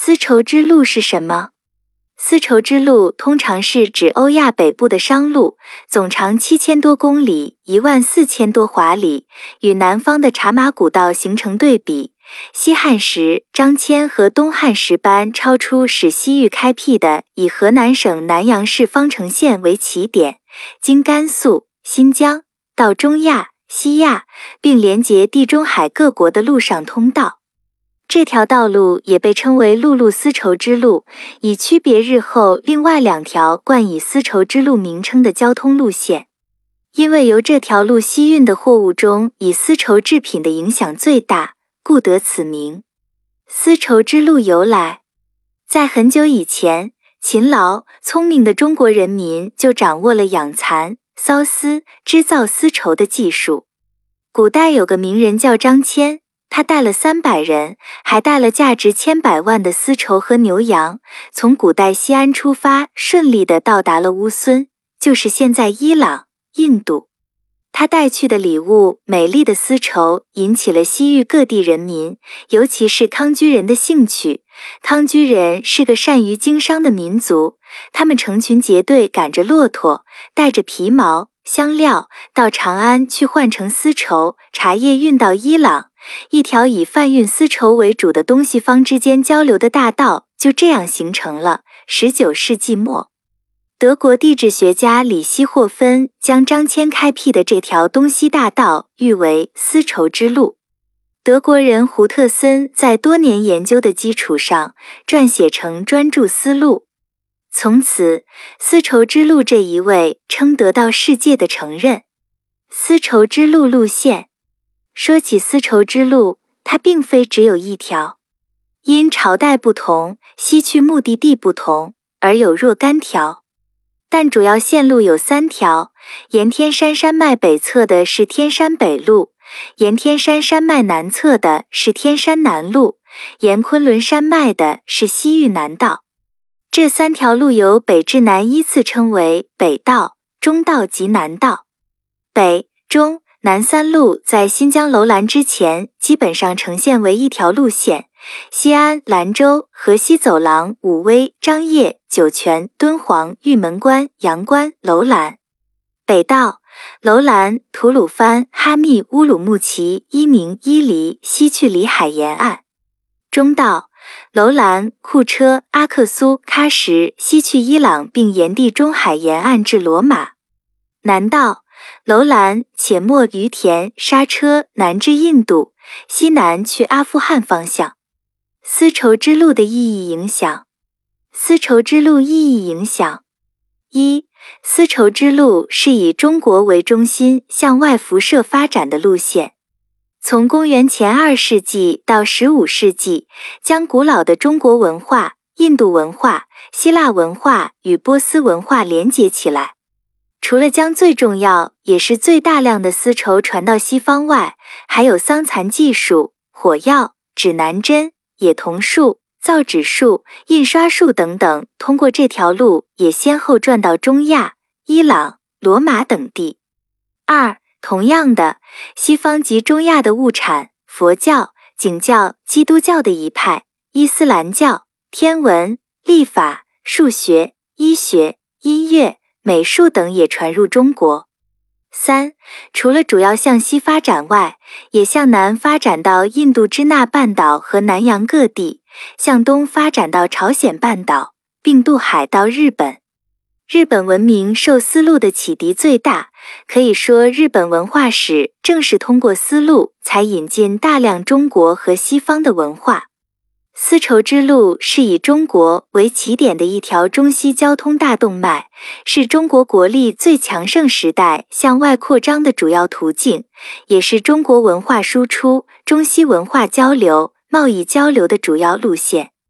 丝绸之路是什么？丝绸之路通常是指欧亚北部的商路，总长7000多公里，14000多华里，与南方的茶马古道形成对比。西汉时，张骞和东汉时班超出使西域开辟的以河南省南阳市方城县为起点，经甘肃、新疆到中亚、西亚，并连接地中海各国的陆上通道。这条道路也被称为陆路丝绸之路，以区别日后另外2条冠以丝绸之路名称的交通路线。因为由这条路西运的货物中以丝绸制品的影响最大，故得此名。丝绸之路由来，在很久以前，勤劳聪明的中国人民就掌握了养蚕、缫丝、织造丝绸的技术。古代有个名人叫张骞，他带了300人，还带了价值千百万的丝绸和牛羊，从古代西安出发，顺利地到达了乌孙，就是现在伊朗、印度。他带去的礼物美丽的丝绸引起了西域各地人民，尤其是康居人的兴趣。康居人是个善于经商的民族，他们成群结队赶着骆驼，带着皮毛、香料到长安去换成丝绸，茶叶运到伊朗。一条以贩运丝绸为主的东西方之间交流的大道就这样形成了。19世纪末，德国地质学家里希霍芬将张骞开辟的这条东西大道誉为丝绸之路。德国人胡特森在多年研究的基础上撰写成专著丝路，从此丝绸之路这一位称得到世界的承认。丝绸之路路线，说起丝绸之路，它并非只有一条，因朝代不同，西去目的地不同，而有若干条。但主要线路有3条，沿天山山脉北侧的是天山北路，沿天山山脉南侧的是天山南路，沿昆仑山脉的是西域南道。这3条路由北至南依次称为北道、中道及南道。北、中、南3路在新疆楼兰之前基本上呈现为一条路线，西安、兰州、河西走廊、武威、张掖、酒泉、敦煌、玉门关、阳关、楼兰。北道，楼兰、吐鲁番、哈密、乌鲁木齐、伊宁、伊犁，西去里海沿岸。中道，楼兰、库车、阿克苏、喀什，西去伊朗并沿地中海沿岸至罗马。南道，楼兰、且末、于田、莎车，南至印度，西南去阿富汗方向。丝绸之路的意义影响。丝绸之路意义影响：一、丝绸之路是以中国为中心向外辐射发展的路线。从公元前2世纪到15世纪，将古老的中国文化、印度文化、希腊文化与波斯文化连接起来。除了将最重要也是最大量的丝绸传到西方外，还有桑蚕技术、火药、指南针、冶铜术、造纸术、印刷术等等，通过这条路也先后传到中亚、伊朗、罗马等地。二、同样的，西方及中亚的物产、佛教、景教、基督教的一派、伊斯兰教、天文、历法、数学、医学、音乐、美术等也传入中国。三、除了主要向西发展外，也向南发展到印度支那半岛和南洋各地，向东发展到朝鲜半岛，并渡海到日本。日本文明受丝路的启迪最大，可以说日本文化史正是通过丝路才引进大量中国和西方的文化。丝绸之路是以中国为起点的一条中西交通大动脉，是中国国力最强盛时代向外扩张的主要途径，也是中国文化输出、中西文化交流、贸易交流的主要路线。